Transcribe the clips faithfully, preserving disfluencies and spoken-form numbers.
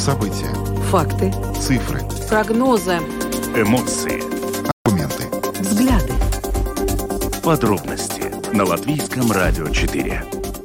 События. Факты. Цифры. Прогнозы. Эмоции. Аргументы. Взгляды. Подробности на Латвийском радио четыре.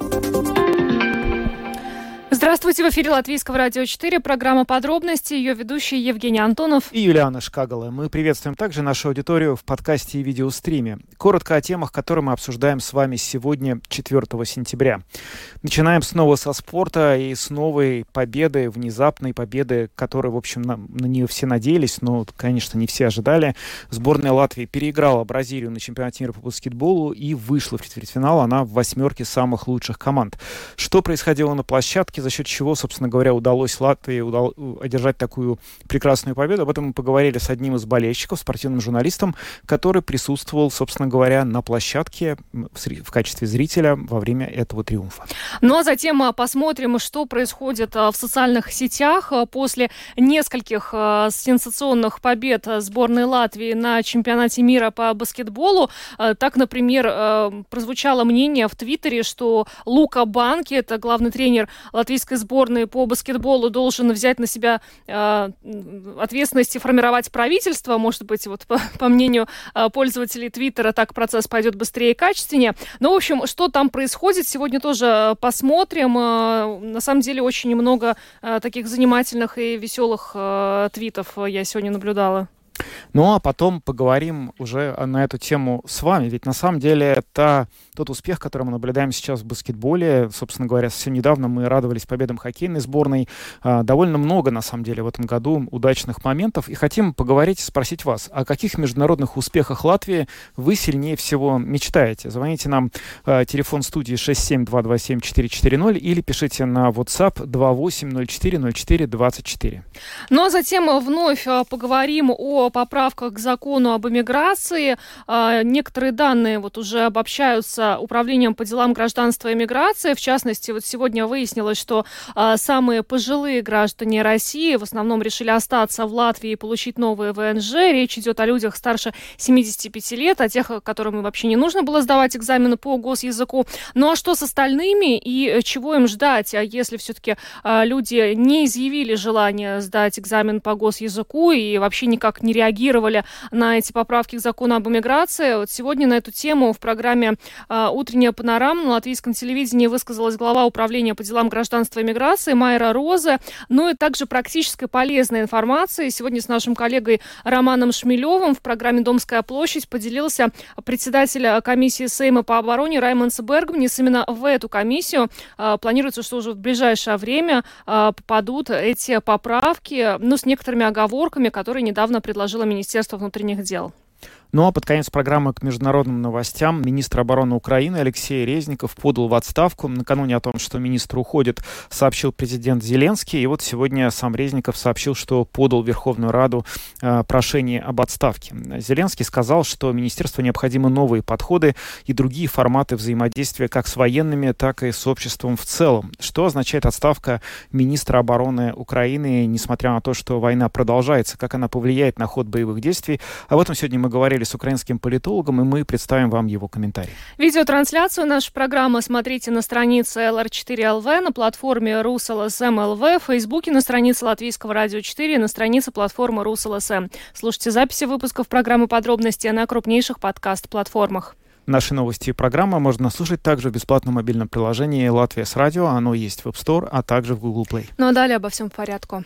Здравствуйте, в эфире Латвийского радио четыре, программа «Подробности», ее ведущие Евгений Антонов и Юлиана Шкагала. Мы приветствуем также нашу аудиторию в подкасте и видеостриме. Коротко о темах, которые мы обсуждаем с вами сегодня, четвёртого сентября. Начинаем снова со спорта и с новой победы, внезапной победы, которой, в общем, на, на нее все надеялись, но, конечно, не все ожидали. Сборная Латвии переиграла Бразилию на чемпионате мира по баскетболу и вышла в четвертьфинал. Она в восьмерке самых лучших команд. Что происходило на площадке, за счет чего, собственно говоря, удалось Латвии удал... одержать такую прекрасную победу. Об этом мы поговорили с одним из болельщиков, спортивным журналистом, который присутствовал, собственно говоря, на площадке в качестве зрителя во время этого триумфа. Ну а затем посмотрим, что происходит в социальных сетях после нескольких сенсационных побед сборной Латвии на чемпионате мира по баскетболу. Так, например, прозвучало мнение в Твиттере, что Лука Банки, это главный тренер латвийской сборной по баскетболу, должен взять на себя э, ответственность и формировать правительство. Может быть, вот по, по мнению э, пользователей Твиттера, так процесс пойдет быстрее и качественнее. Но, в общем, что там происходит, сегодня тоже посмотрим. Э, на самом деле, очень много э, таких занимательных и веселых э, твитов я сегодня наблюдала. Ну, а потом поговорим уже на эту тему с вами. Ведь на самом деле это тот успех, который мы наблюдаем сейчас в баскетболе. Собственно говоря, совсем недавно мы радовались победам хоккейной сборной. А, довольно много, на самом деле, в этом году удачных моментов. И хотим поговорить, спросить вас, о каких международных успехах Латвии вы сильнее всего мечтаете? Звоните нам, а, телефон студии шесть семь два два семь четыре четыре ноль или пишите на WhatsApp два восемь ноль четыре ноль четыре двадцать четыре. Ну, а затем вновь поговорим о поправках к закону об эмиграции. Некоторые данные вот уже обобщаются управлением по делам гражданства и миграции. В частности, вот сегодня выяснилось, что самые пожилые граждане России в основном решили остаться в Латвии и получить новые вэ эн жэ. Речь идет о людях старше семидесяти пяти лет, о тех, которым вообще не нужно было сдавать экзамены по госязыку. Ну а что с остальными и чего им ждать, если все-таки люди не изъявили желание сдать экзамен по госязыку и вообще никак не реагировали на эти поправки к закону об эмиграции. Вот сегодня на эту тему в программе э, «Утренняя панорама» на латвийском телевидении высказалась глава управления по делам гражданства и миграции Майра Розе. Ну и также практической полезной информацией. Сегодня с нашим коллегой Романом Шмелевым в программе «Домская площадь» поделился председатель комиссии Сейма по обороне Раймондс Бергманис. Именно в эту комиссию э, планируется, что уже в ближайшее время э, попадут эти поправки, ну, с некоторыми оговорками, которые недавно предложили Министерство внутренних дел. Ну а под конец программы к международным новостям министр обороны Украины Алексей Резников подал в отставку. Накануне о том, что министр уходит, сообщил президент Зеленский. И вот сегодня сам Резников сообщил, что подал в Верховную Раду э, прошение об отставке. Зеленский сказал, что министерству необходимы новые подходы и другие форматы взаимодействия как с военными, так и с обществом в целом. Что означает отставка министра обороны Украины, несмотря на то, что война продолжается, как она повлияет на ход боевых действий. Об этом сегодня мы говорили с украинским политологом, и мы представим вам его комментарий. Видеотрансляцию нашей программы смотрите на странице эл эр четыре эл ви, на платформе РусЛСМ эл ви, в Фейсбуке, на странице Латвийского радио четыре, на странице платформы РусЛСМ. Слушайте записи выпусков программы «Подробности» на крупнейших подкаст-платформах. Наши новости и программы можно слушать также в бесплатном мобильном приложении «Латвия с радио». Оно есть в App Store, а также в Google Play. Ну а далее обо всем по порядку.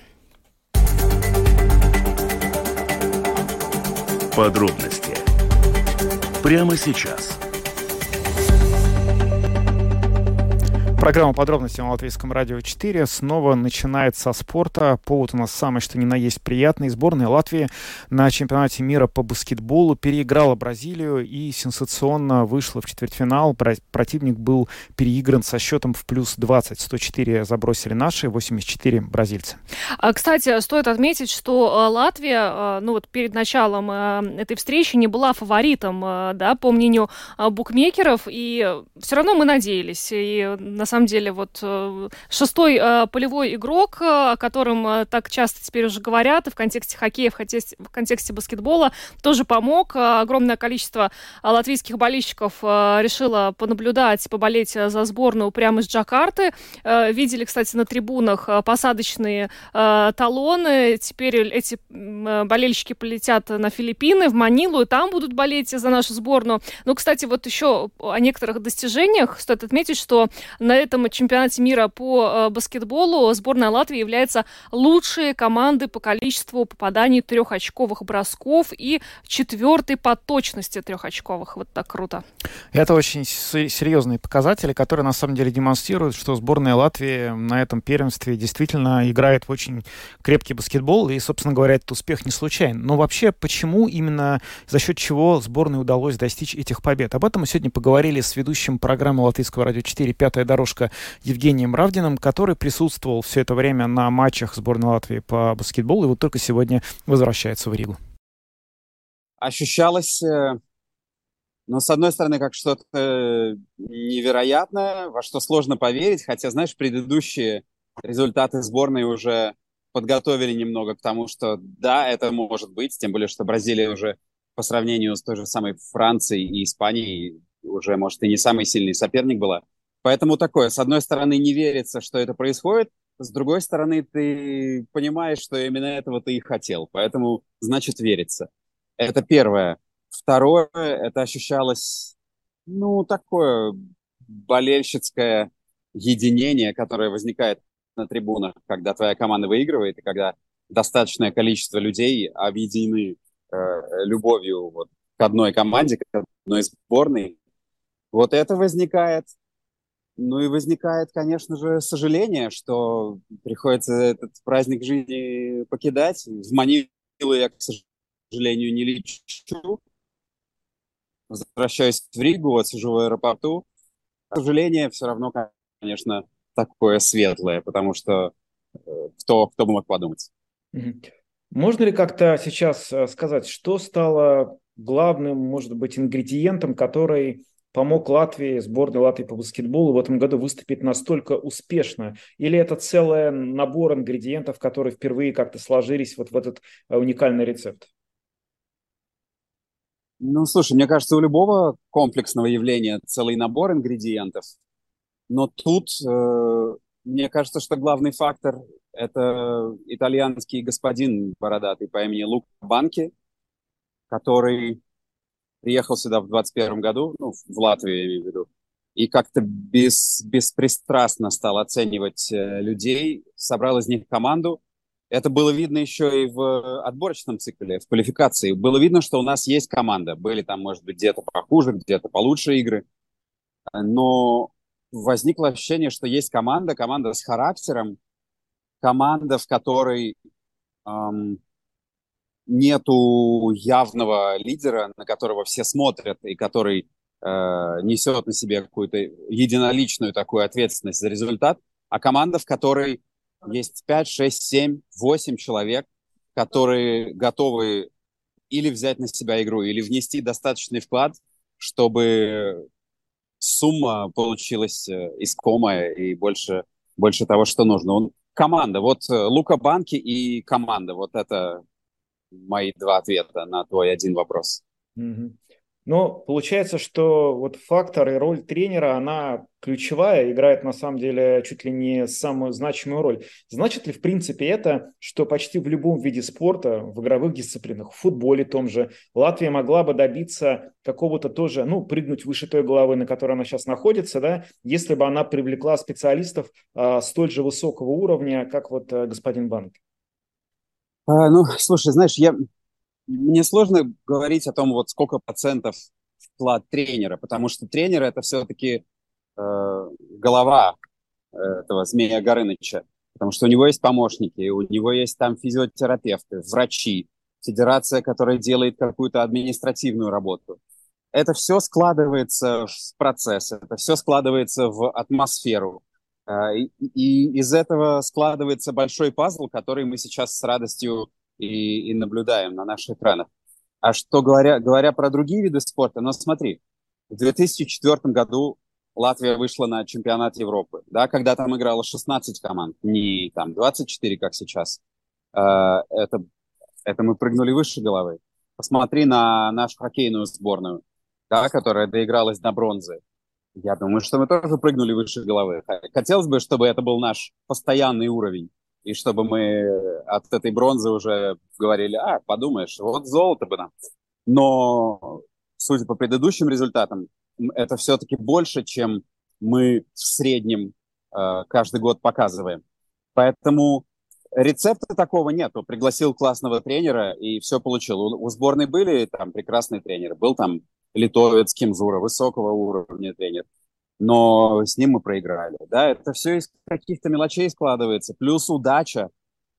Подробности прямо сейчас. Программа «Подробности» на Латвийском радио четыре снова начинает со спорта. Повод у нас самый что ни на есть приятный. Сборная Латвии на чемпионате мира по баскетболу переиграла Бразилию и сенсационно вышла в четвертьфинал. Противник был переигран со счетом в плюс двадцать. сто четыре забросили наши, восемьдесят четыре бразильцы. Кстати, стоит отметить, что Латвия, ну вот перед началом этой встречи не была фаворитом, да, по мнению букмекеров, и все равно мы надеялись. И на самом самом деле, вот э, шестой э, полевой игрок, э, о котором э, так часто теперь уже говорят, и в контексте хоккея, в контексте, в контексте баскетбола, тоже помог. Э, огромное количество э, латвийских болельщиков э, решило понаблюдать, поболеть за сборную прямо из Джакарты. Э, видели, кстати, на трибунах э, посадочные э, талоны. Теперь эти э, болельщики полетят на Филиппины, в Манилу, и там будут болеть за нашу сборную. Ну, кстати, вот еще о некоторых достижениях стоит отметить, что на этом чемпионате мира по э, баскетболу сборная Латвии является лучшей командой по количеству попаданий трехочковых бросков и четвертой по точности трехочковых. Вот так круто. Это очень с- серьезные показатели, которые на самом деле демонстрируют, что сборная Латвии на этом первенстве действительно играет в очень крепкий баскетбол, и, собственно говоря, этот успех не случайен. Но вообще, почему именно, за счет чего сборной удалось достичь этих побед? Об этом мы сегодня поговорили с ведущим программы Латвийского радио четыре «Пятая дорожка» Евгением Равдиным, который присутствовал все это время на матчах сборной Латвии по баскетболу и вот только сегодня возвращается в Ригу. Ощущалось, э, ну, с одной стороны, как что-то невероятное, во что сложно поверить, хотя, знаешь, предыдущие результаты сборной уже подготовили немного к тому, что да, это может быть, тем более, что Бразилия уже по сравнению с той же самой Францией и Испанией уже, может, и не самый сильный соперник была. Поэтому такое, с одной стороны, не верится, что это происходит, с другой стороны, ты понимаешь, что именно этого ты и хотел, поэтому, значит, верится. Это первое. Второе, это ощущалось, ну, такое болельщицкое единение, которое возникает на трибунах, когда твоя команда выигрывает, и когда достаточное количество людей объединены э, любовью вот, к одной команде, к одной сборной. Вот это возникает. Ну и возникает, конечно же, сожаление, что приходится этот праздник жизни покидать. В Манилу я, к сожалению, не лечу. Возвращаюсь в Ригу, вот сижу в аэропорту. К сожалению, все равно, конечно, такое светлое, потому что э, кто, кто бы мог подумать. Можно ли как-то сейчас э, сказать, что стало главным, может быть, ингредиентом, который помог Латвии, сборной Латвии по баскетболу в этом году выступить настолько успешно? Или это целый набор ингредиентов, которые впервые как-то сложились вот в этот э, уникальный рецепт? Ну, слушай, мне кажется, у любого комплексного явления целый набор ингредиентов. Но тут, э, мне кажется, что главный фактор – это итальянский господин бородатый по имени Лука Банки, который приехал сюда в двадцать первом году, ну, в Латвию, я имею в виду, и как-то без, беспристрастно стал оценивать э, людей, собрал из них команду. Это было видно еще и в отборочном цикле, в квалификации. Было видно, что у нас есть команда. Были там, может быть, где-то похуже, где-то получше игры. Но возникло ощущение, что есть команда, команда с характером, команда, в которой эм, нету явного лидера, на которого все смотрят, и который э, несет на себе какую-то единоличную такую ответственность за результат, а команда, в которой есть пять, шесть, семь, восемь человек, которые готовы или взять на себя игру, или внести достаточный вклад, чтобы сумма получилась искомая и больше, больше того, что нужно. Он, команда. Вот Лука Банки и команда. Вот это мои два ответа на твой один вопрос. Mm-hmm. Но получается, что вот фактор и роль тренера, она ключевая, играет на самом деле чуть ли не самую значимую роль. Значит ли в принципе это, что почти в любом виде спорта, в игровых дисциплинах, в футболе том же, Латвия могла бы добиться какого-то тоже, ну, прыгнуть выше той головы, на которой она сейчас находится, да, если бы она привлекла специалистов а, столь же высокого уровня, как вот а, господин Банк? А, ну, слушай, знаешь, я... Мне сложно говорить о том, вот сколько процентов вклад тренера, потому что тренер – это все-таки э, голова этого Змея Горыныча, потому что у него есть помощники, у него есть там физиотерапевты, врачи, федерация, которая делает какую-то административную работу. Это все складывается в процесс, это все складывается в атмосферу. Э, и, и из этого складывается большой пазл, который мы сейчас с радостью И, и наблюдаем на наших экранах. А что говоря, говоря про другие виды спорта, ну смотри, в две тысячи четвёртом году Латвия вышла на чемпионат Европы, да, когда там играло шестнадцать команд, не там двадцать четыре, как сейчас. Э, это, это мы прыгнули выше головы. Посмотри на нашу хоккейную сборную, да, которая доигралась до бронзы. Я думаю, что мы тоже прыгнули выше головы. Хотелось бы, чтобы это был наш постоянный уровень, и чтобы мы от этой бронзы уже говорили, а, подумаешь, вот золото бы нам. Но, судя по предыдущим результатам, это все-таки больше, чем мы в среднем э, каждый год показываем. Поэтому рецепта такого нету. Пригласил классного тренера и все получил. У, у сборной были там прекрасные тренеры. Был там литовец Кимзура, высокого уровня тренер. Но с ним мы проиграли. Да, это все из каких-то мелочей складывается. Плюс удача.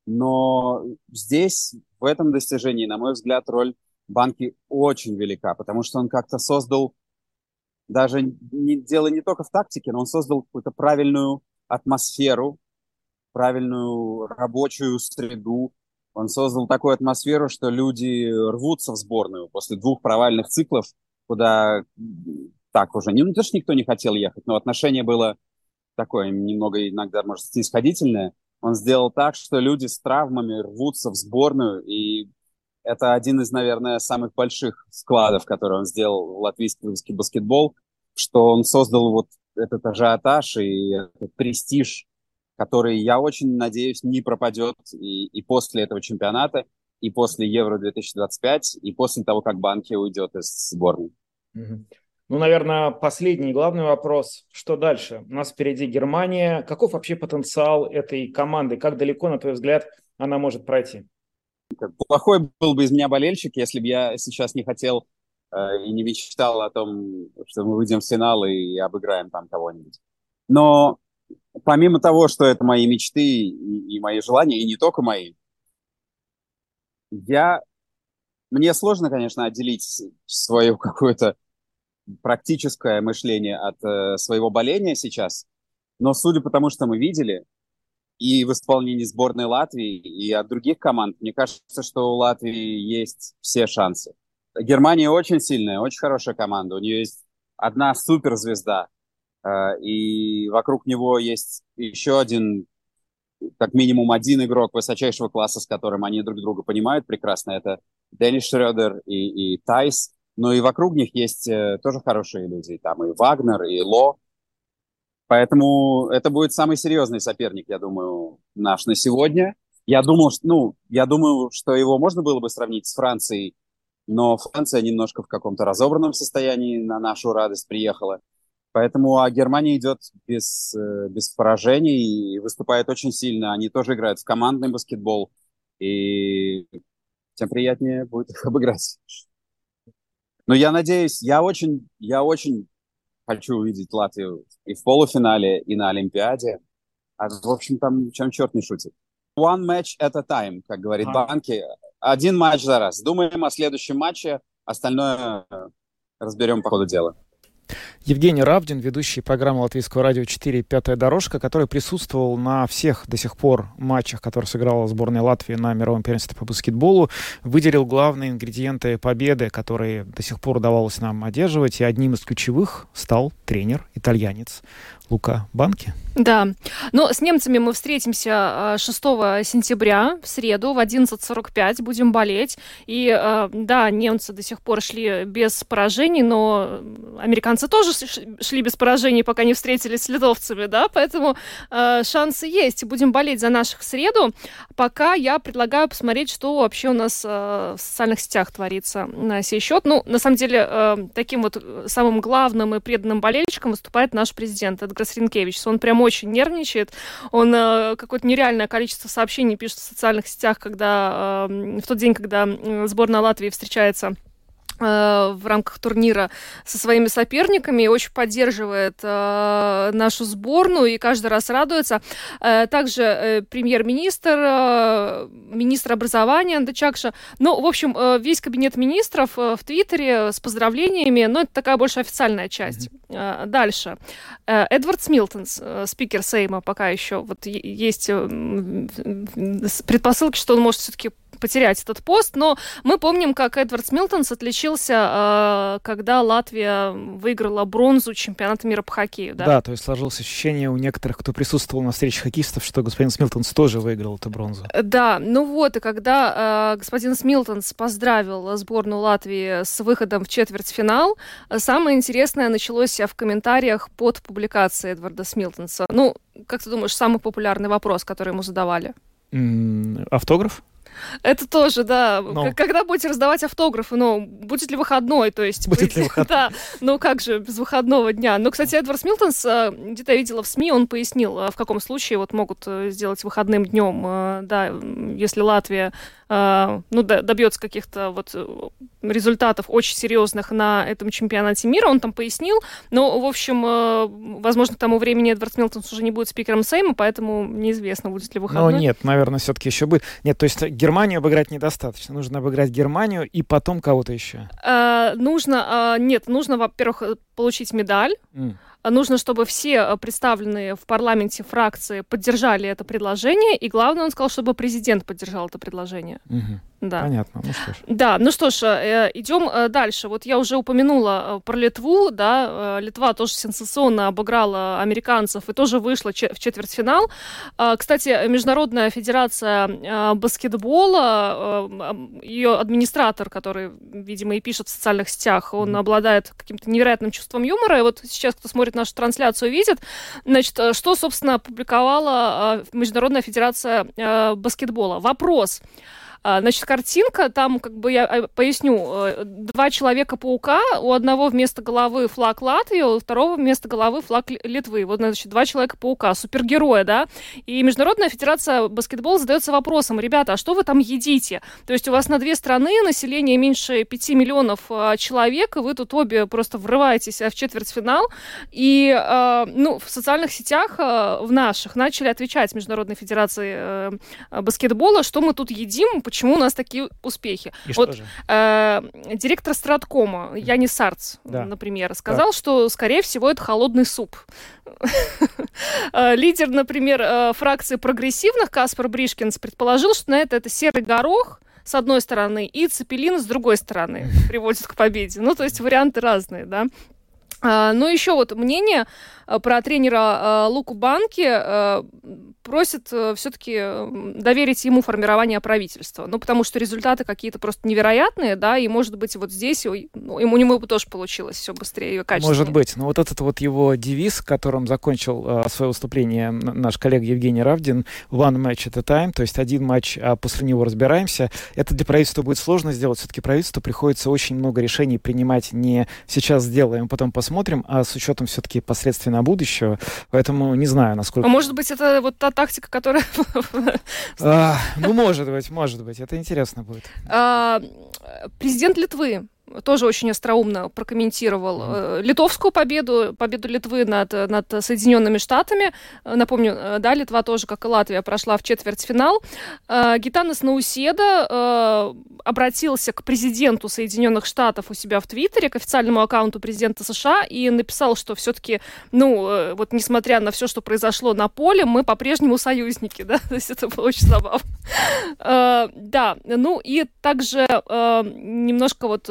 Но здесь, в этом достижении, на мой взгляд, роль Банки очень велика, потому что он как-то создал даже не, дело не только в тактике, но он создал какую-то правильную атмосферу, правильную рабочую среду. Он создал такую атмосферу, что люди рвутся в сборную после двух провальных циклов, куда так уже, не, не то, что никто не хотел ехать, но отношение было такое немного иногда, может, снисходительное. Он сделал так, что люди с травмами рвутся в сборную, и это один из, наверное, самых больших вкладов, которые он сделал в латвийский баскетбол, что он создал вот этот ажиотаж и этот престиж, который, я очень надеюсь, не пропадет и, и после этого чемпионата, и после Евро две тысячи двадцать пять, и после того, как Банки уйдет из сборной. Mm-hmm. Ну, наверное, последний главный вопрос. Что дальше? У нас впереди Германия. Каков вообще потенциал этой команды? Как далеко, на твой взгляд, она может пройти? Плохой был бы из меня болельщик, если бы я сейчас не хотел э, и не мечтал о том, что мы выйдем в финал и обыграем там кого-нибудь. Но помимо того, что это мои мечты и, и мои желания, и не только мои, я... мне сложно, конечно, отделить свое какое-то практическое мышление от э, своего боления сейчас, но судя по тому, что мы видели, и в исполнении сборной Латвии, и от других команд, мне кажется, что у Латвии есть все шансы. Германия очень сильная, очень хорошая команда. У нее есть одна суперзвезда, и вокруг него есть еще один, как минимум один игрок высочайшего класса, с которым они друг друга понимают прекрасно. Это Деннис Шрёдер и, и Тайс. Но и вокруг них есть тоже хорошие люди. Там и Вагнер, и Ло. Поэтому это будет самый серьезный соперник, я думаю, наш на сегодня. Я думал, что, ну, я думаю, что его можно было бы сравнить с Францией, но Франция немножко в каком-то разобранном состоянии на нашу радость приехала. Поэтому а Германия идет без, без поражений и выступает очень сильно. Они тоже играют в командный баскетбол, и тем приятнее будет их обыграть. Но я надеюсь, я очень, я очень хочу увидеть Латвию и в полуфинале, и на Олимпиаде. А, в общем, там чем черт не шутит. One match at a time, как говорит а. Банки. Один матч за раз. Думаем о следующем матче, остальное разберем по ходу дела. Евгений Равдин, ведущий программы Латвийского радио четыре «Пятая дорожка», который присутствовал на всех до сих пор матчах, которые сыграла сборная Латвии на мировом первенстве по баскетболу, выделил главные ингредиенты победы, которые до сих пор удавалось нам одерживать, и одним из ключевых стал тренер-итальянец Лука Банки. Да, но с немцами мы встретимся шестого сентября в среду в одиннадцать сорок пять, будем болеть. И да, немцы до сих пор шли без поражений, но американцы тоже шли без поражений, пока не встретились с литовцами, да, поэтому шансы есть. Будем болеть за наших в среду. Пока я предлагаю посмотреть, что вообще у нас в социальных сетях творится на сей счет. Ну, на самом деле, таким вот самым главным и преданным болельщиком выступает наш президент Эдгарс Ринкевичс. Он прям очень нервничает. Он э, какое-то нереальное количество сообщений пишет в социальных сетях, когда э, в тот день, когда сборная Латвии встречается в рамках турнира со своими соперниками и очень поддерживает э, нашу сборную и каждый раз радуется. Э, также э, премьер-министр, э, министр образования Анда Чакша. Ну, в общем, э, весь кабинет министров э, в Твиттере с поздравлениями, но это такая больше официальная часть. Mm-hmm. Э, дальше. Э, Эдвард Смилтонс, э, спикер Сейма, пока еще вот есть э, предпосылки, что он может все-таки потерять этот пост. Но мы помним, как Эдвардс Милтонс отличился, когда Латвия выиграла бронзу чемпионата мира по хоккею. Да, да, то есть сложилось ощущение у некоторых, кто присутствовал на встрече хоккеистов, что господин Милтонс тоже выиграл эту бронзу. Да, ну вот, и когда э, господин Милтонс поздравил сборную Латвии с выходом в четвертьфинал, самое интересное началось в комментариях под публикацией Эдварда Милтонса. Ну, как ты думаешь, самый популярный вопрос, который ему задавали? М-м, автограф? Это тоже, да. Но... Когда будете раздавать автографы, ну, будет ли выходной? То есть, будет ли выходной? Да, ну как же без выходного дня? Ну, кстати, Эдвардс Милтонс, где-то я видела в СМИ, он пояснил, в каком случае вот могут сделать выходным днем, да, если Латвия, ну, добьется каких-то вот результатов очень серьезных на этом чемпионате мира, он там пояснил. Но, в общем, возможно, к тому времени Эдвардс Милтонс уже не будет спикером Сейма, поэтому неизвестно, будет ли выходной. Ну, нет, наверное, все-таки еще будет. Нет, то есть Германию обыграть недостаточно. Нужно обыграть Германию и потом кого-то еще. А, нужно, а, нет, нужно, во-первых, получить медаль. Mm. Нужно, чтобы все представленные в парламенте фракции поддержали это предложение. И главное, он сказал, чтобы президент поддержал это предложение. Mm-hmm. Да. Понятно. Ну что ж. Да, ну что ж, э, идем э, дальше. Вот я уже упомянула э, про Литву, да, э, Литва тоже сенсационно обыграла американцев и тоже вышла че- в четвертьфинал. Э, кстати, Международная федерация э, баскетбола, э, ее администратор, который, видимо, и пишет в социальных сетях, он mm-hmm. обладает каким-то невероятным чувством юмора. И вот сейчас, кто смотрит нашу трансляцию, видит, значит, что, собственно, опубликовала э, Международная федерация э, баскетбола. Вопрос. Значит, картинка, там, как бы я поясню, два Человека-паука, у одного вместо головы флаг Латвии, у второго вместо головы флаг Литвы. Вот, значит, два Человека-паука, супергероя, да? И Международная федерация баскетбола задается вопросом: ребята, а что вы там едите? То есть у вас на две страны население меньше пяти миллионов человек, и вы тут обе просто врываетесь в четвертьфинал. И, ну, в социальных сетях, в наших, начали отвечать Международной федерации баскетбола, что мы тут едим, почему у нас такие успехи. И вот что же? Э, директор Страткома Янис Сарц, да. например, сказал, так. что, скорее всего, это холодный суп. Лидер, например, фракции прогрессивных Каспар Бришкинс предположил, что на это это серый горох с одной стороны и цепелин с другой стороны приводит к победе. Ну, то есть варианты разные, да. Ну, еще вот мнение про тренера Луку Банки. Просит все-таки доверить ему формирование правительства. Ну, потому что результаты какие-то просто невероятные, да, и, может быть, вот здесь ну, ему, ему бы тоже получилось все быстрее и качественнее. Может быть. Но вот этот вот его девиз, которым закончил а, свое выступление наш коллега Евгений Равдин, one match at a time, то есть один матч, а после него разбираемся, это для правительства будет сложно сделать. Все-таки правительству приходится очень много решений принимать не сейчас сделаем, потом посмотрим, а с учетом все-таки последствий на будущее. Поэтому не знаю, насколько... А может быть, это вот та тактика, которая... а, ну, может быть, может быть. Это интересно будет. А, президент Литвы тоже очень остроумно прокомментировал mm. литовскую победу, победу Литвы над, над Соединенными Штатами. Напомню, да, Литва тоже, как и Латвия, прошла в четвертьфинал. Гитанас Науседа обратился к президенту Соединенных Штатов у себя в Твиттере, к официальному аккаунту президента США, и написал, что все-таки, ну, вот несмотря на все, что произошло на поле, мы по-прежнему союзники, да, то есть это было очень забавно. Да, ну и также немножко вот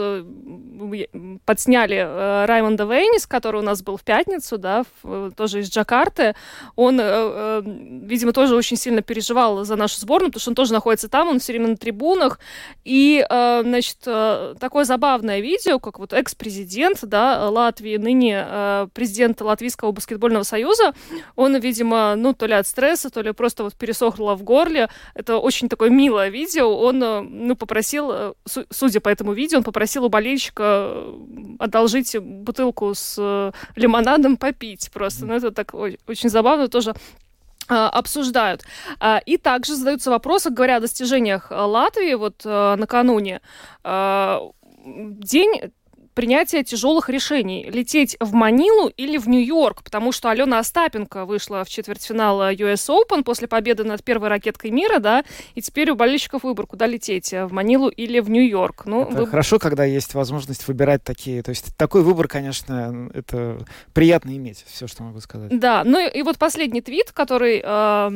подсняли э, Раймонда Вейнис, который у нас был в пятницу, да, в, тоже из Джакарты. Он, э, э, видимо, тоже очень сильно переживал за нашу сборную, потому что он тоже находится там, он все время на трибунах. И, э, значит, э, такое забавное видео, как вот экс-президент, да, Латвии, ныне э, президент Латвийского баскетбольного союза, он, видимо, ну, то ли от стресса, то ли просто вот пересохло в горле. Это очень такое милое видео. Он, э, ну, попросил, э, судя по этому видео, он попросил у болельщика одолжить бутылку с лимонадом попить просто. Ну, это так очень забавно тоже обсуждают. И также задаются вопросы, говоря о достижениях Латвии вот накануне. День принятия тяжелых решений. Лететь в Манилу или в Нью-Йорк, потому что Алена Остапенко вышла в четвертьфинал ю эс Open после победы над первой ракеткой мира, да, и теперь у болельщиков выбор, куда лететь, в Манилу или в Нью-Йорк. Ну, это вы... хорошо, когда есть возможность выбирать такие, то есть такой выбор, конечно, это приятно иметь, все, что могу сказать. Да, ну и, и вот последний твит, который э,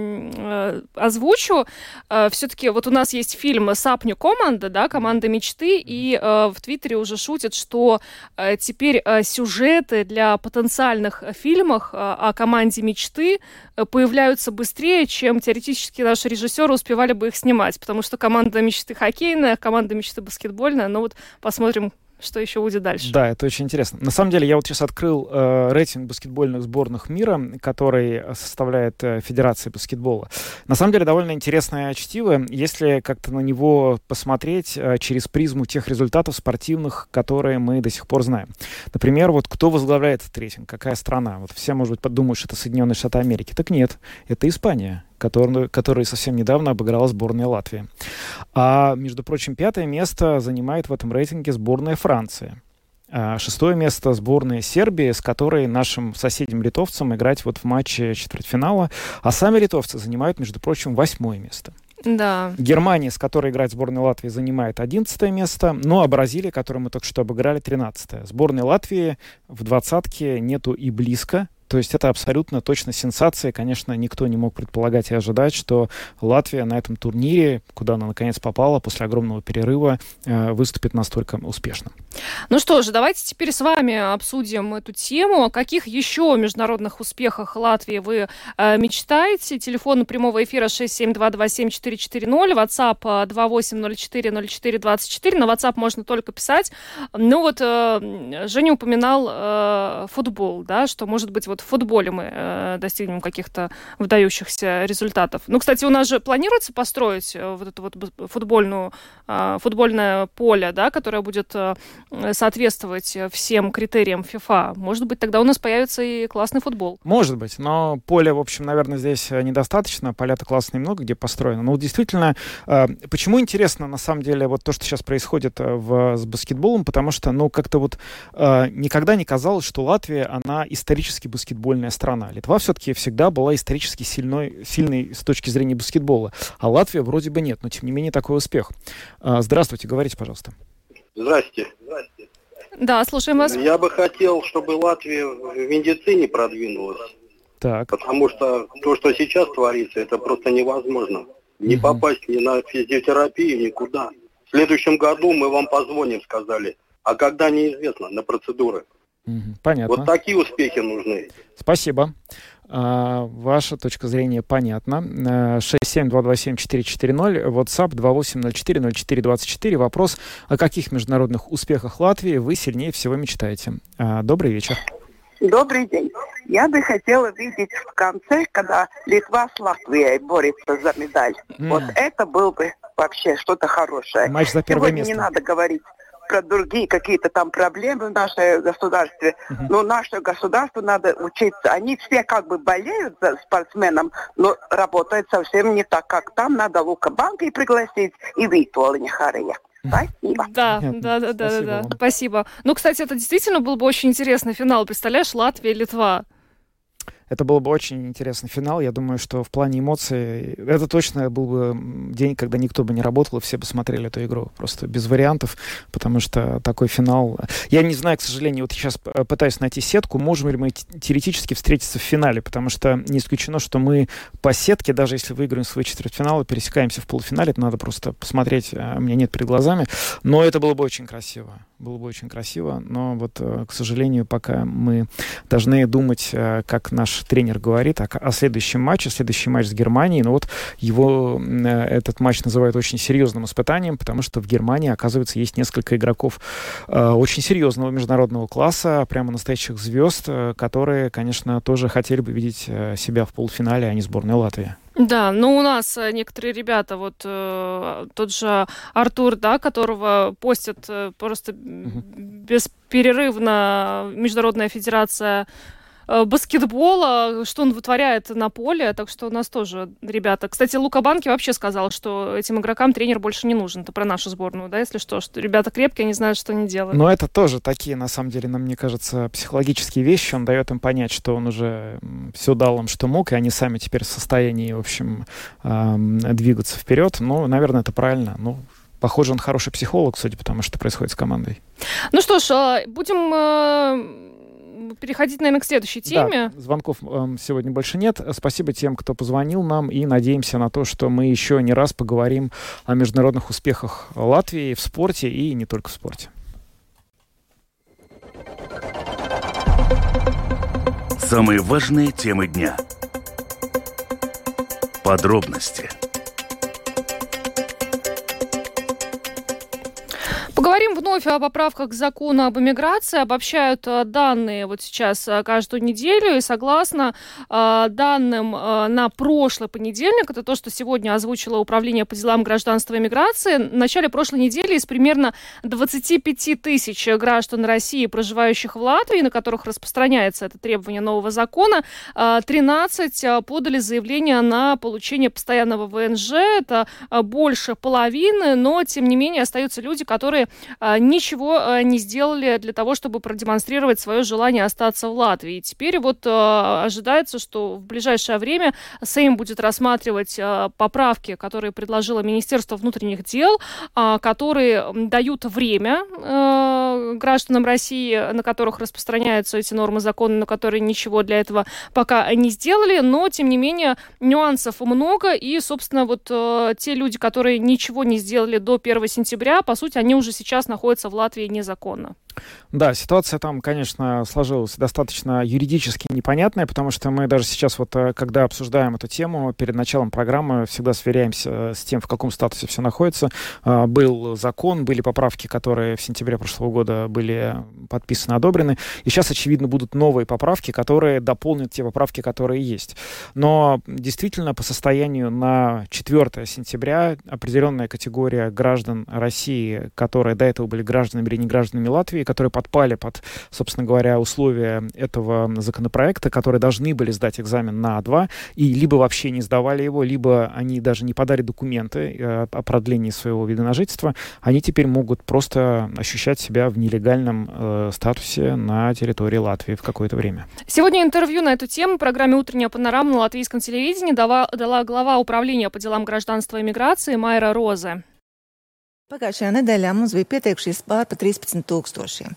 э, озвучу, э, все-таки вот у нас есть фильм «Сапню команда», да, «Команда мечты», и э, в Твиттере уже шутят, что э, теперь э, сюжеты для потенциальных фильмов э, о команде мечты э, появляются быстрее, чем теоретически наши режиссеры успевали бы их снимать, потому что команда мечты хоккейная, команда мечты баскетбольная, ну вот посмотрим, что еще будет дальше. Да, это очень интересно. На самом деле, я вот сейчас открыл э, рейтинг баскетбольных сборных мира, который составляет э, Федерация баскетбола. На самом деле, довольно интересное чтиво, если как-то на него посмотреть э, через призму тех результатов спортивных, которые мы до сих пор знаем. Например, вот кто возглавляет этот рейтинг, какая страна? Вот все, может быть, подумают, что это Соединенные Штаты Америки. Так нет, это Испания, Который, который совсем недавно обыграла сборная Латвии. А, между прочим, пятое место занимает в этом рейтинге сборная Франции. А шестое место сборная Сербии, с которой нашим соседям-литовцам играть вот в матче четвертьфинала. А сами литовцы занимают, между прочим, восьмое место. Да. Германия, с которой играет сборная Латвии, занимает одиннадцатое место. Ну а Бразилия, которую мы только что обыграли, тринадцатое. Сборной Латвии в двадцатке нету и близко. То есть это абсолютно точно сенсация. Конечно, никто не мог предполагать и ожидать, что Латвия на этом турнире, куда она наконец попала после огромного перерыва, выступит настолько успешно. Ну что же, давайте теперь с вами обсудим эту тему. О каких еще международных успехах Латвии вы э, мечтаете? Телефон прямого эфира шесть семь два два семь четыре четыре ноль, WhatsApp два восемь ноль четыре ноль четыре двадцать четыре. На WhatsApp можно только писать. Ну вот э, Женя упоминал э, футбол, да, что, может быть, вот в футболе мы э, достигнем каких-то выдающихся результатов. Ну, кстати, у нас же планируется построить э, вот это вот футбольную, э, футбольное поле, да, которое будет э, соответствовать всем критериям ФИФА. Может быть, тогда у нас появится и классный футбол. Может быть, но поля, в общем, наверное, здесь недостаточно. Поля-то классные много где построено. Но вот действительно, э, почему интересно, на самом деле, вот то, что сейчас происходит в, с баскетболом, потому что, ну, как-то вот э, никогда не казалось, что Латвия, она исторически баскетбольная баскетбольная страна. Литва все-таки всегда была исторически сильной, сильной с точки зрения баскетбола. А Латвия вроде бы нет, но тем не менее такой успех. Здравствуйте, говорите, пожалуйста. Здрасте. Да, слушаем вас. Я бы хотел, чтобы Латвия в медицине продвинулась. Так. Потому что то, что сейчас творится, это просто невозможно. Не угу. попасть ни на физиотерапию, никуда. В следующем году мы вам позвоним, сказали. А когда, неизвестно, на процедуры. Понятно. Вот такие успехи нужны. Спасибо. А, ваша точка зрения понятна. шесть семь два два семь четыре четыре ноль, WhatsApp два восемь ноль четыре ноль четыре двадцать четыре. Вопрос, о каких международных успехах Латвии вы сильнее всего мечтаете? А, добрый вечер. Добрый день. Я бы хотела видеть в конце, когда Литва с Латвией борется за медаль. Mm. Вот это было бы вообще что-то хорошее. Матч за первое Сегодня место. Не надо говорить про другие какие-то там проблемы в нашем государстве. Uh-huh. Но наше государство надо учиться. Они все как бы болеют за спортсменом, но работают совсем не так, как там. Надо Лука Банки пригласить и Витолиня Хария. Спасибо. Да, да, да, да, да, да. Спасибо. Ну, кстати, это действительно был бы очень интересный финал. Представляешь, Латвия и Литва. Это был бы очень интересный финал. Я думаю, что в плане эмоций это точно был бы день, когда никто бы не работал, и все бы смотрели эту игру. Просто без вариантов, потому что такой финал... Я не знаю, к сожалению, вот сейчас пытаюсь найти сетку, можем ли мы теоретически встретиться в финале, потому что не исключено, что мы по сетке, даже если выиграем свои четвертьфиналы, пересекаемся в полуфинале, это надо просто посмотреть, у меня нет перед глазами, но это было бы очень красиво. Было бы очень красиво, но вот, к сожалению, пока мы должны думать, как наш тренер говорит о, о следующем матче, следующий матч с Германией, но вот его, этот матч называют очень серьезным испытанием, потому что в Германии, оказывается, есть несколько игроков э, очень серьезного международного класса, прямо настоящих звезд, которые, конечно, тоже хотели бы видеть себя в полуфинале, а не сборной Латвии. Да, ну у нас некоторые ребята, вот э, тот же Артур, да, которого постят э, просто угу. бесперерывно Международная федерация баскетбола, что он вытворяет на поле, так что у нас тоже ребята... Кстати, Лука Банки вообще сказал, что этим игрокам тренер больше не нужен. Это про нашу сборную, да, если что, что ребята крепкие, они знают, что они делают. Но это тоже такие, на самом деле, нам, мне кажется, психологические вещи. Он дает им понять, что он уже все дал им, что мог, и они сами теперь в состоянии, в общем, двигаться вперед. Ну, наверное, это правильно. Ну, похоже, он хороший психолог, судя по тому, что происходит с командой. Ну что ж, будем переходить, наверное, к следующей теме. Да, звонков э, сегодня больше нет. Спасибо тем, кто позвонил нам, и надеемся на то, что мы еще не раз поговорим о международных успехах Латвии в спорте и не только в спорте. Самые важные темы дня. Подробности. Поговорим вновь о поправках к закону об иммиграции. Обобщают данные вот сейчас каждую неделю. И согласно э, данным э, на прошлый понедельник, это то, что сегодня озвучило Управление по делам гражданства и иммиграции, в начале прошлой недели из примерно двадцати пяти тысяч граждан России, проживающих в Латвии, на которых распространяется это требование нового закона, э, тринадцать подали заявление на получение постоянного вэ эн жэ. Это больше половины, но, тем не менее, остаются люди, которые ничего не сделали для того, чтобы продемонстрировать свое желание остаться в Латвии. И теперь вот ожидается, что в ближайшее время Сейм будет рассматривать поправки, которые предложило Министерство внутренних дел, которые дают время гражданам России, на которых распространяются эти нормы закона, но которые ничего для этого пока не сделали. Но, тем не менее, нюансов много. И, собственно, вот те люди, которые ничего не сделали до первого сентября, по сути, они уже сейчас находятся в Латвии незаконно. Да, ситуация там, конечно, сложилась достаточно юридически непонятная, потому что мы даже сейчас, вот, когда обсуждаем эту тему, перед началом программы всегда сверяемся с тем, в каком статусе все находится. Был закон, были поправки, которые в сентябре прошлого года были подписаны, одобрены, и сейчас, очевидно, будут новые поправки, которые дополнят те поправки, которые есть. Но действительно, по состоянию на четвёртого сентября определенная категория граждан России, которые до этого были гражданами или не гражданами Латвии, которые подпали под, собственно говоря, условия этого законопроекта, которые должны были сдать экзамен на А два, и либо вообще не сдавали его, либо они даже не подали документы э, о продлении своего вида на жительство, они теперь могут просто ощущать себя в нелегальном э, статусе на территории Латвии в какое-то время. Сегодня интервью на эту тему в программе «Утренняя панорама» на латвийском телевидении дала, дала глава Управления по делам гражданства и миграции Майра Розе. Pagājušajā nedēļā mums bija pieteikušies pār par тринадцать тысяч.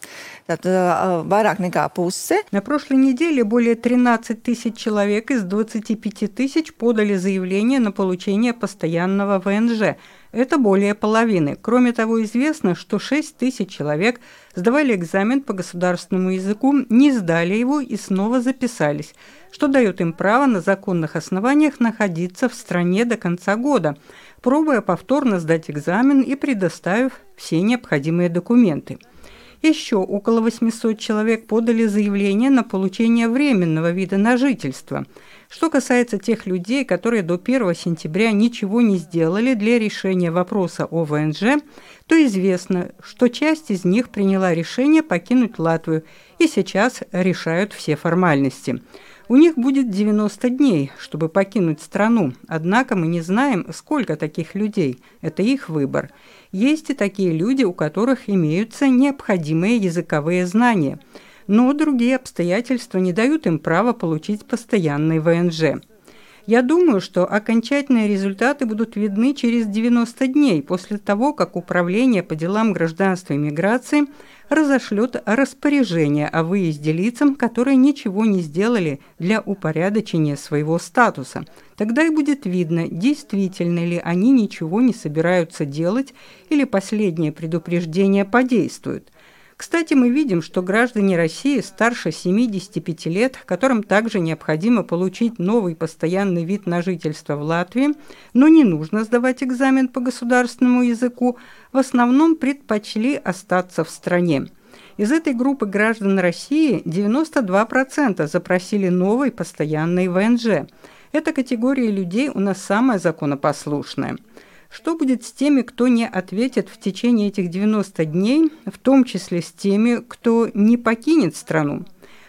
Tātad vairāk nekā puse. На прошлой неделе более тринадцать тысяч человек из двадцати пяти тысяч подали заявление на получение постоянного вэ эн жэ. Это более половины. Кроме того, известно, что шесть тысяч человек сдавали экзамен по государственному языку, не сдали его и снова записались, что дает им право на законных основаниях находиться в стране до конца года, пробуя повторно сдать экзамен и предоставив все необходимые документы. Еще около восьмисот человек подали заявление на получение временного вида на жительство. Что касается тех людей, которые до первого сентября ничего не сделали для решения вопроса о вэ эн жэ, то известно, что часть из них приняла решение покинуть Латвию и сейчас решают все формальности. У них будет девяносто дней, чтобы покинуть страну, однако мы не знаем, сколько таких людей. Это их выбор. Есть и такие люди, у которых имеются необходимые языковые знания, но другие обстоятельства не дают им права получить постоянный вэ эн жэ. Я думаю, что окончательные результаты будут видны через девяносто дней после того, как Управление по делам гражданства и миграции разошлет распоряжение о выезде лицам, которые ничего не сделали для упорядочения своего статуса. Тогда и будет видно, действительно ли они ничего не собираются делать или последнее предупреждение подействует. Кстати, мы видим, что граждане России старше семидесяти пяти лет, которым также необходимо получить новый постоянный вид на жительство в Латвии, но не нужно сдавать экзамен по государственному языку, в основном предпочли остаться в стране. Из этой группы граждан России девяносто два процента запросили новый постоянный вэ эн жэ. Эта категория людей у нас самая законопослушная. Что будет с теми, кто не ответит в течение этих девяноста дней, в том числе с теми, кто не покинет страну?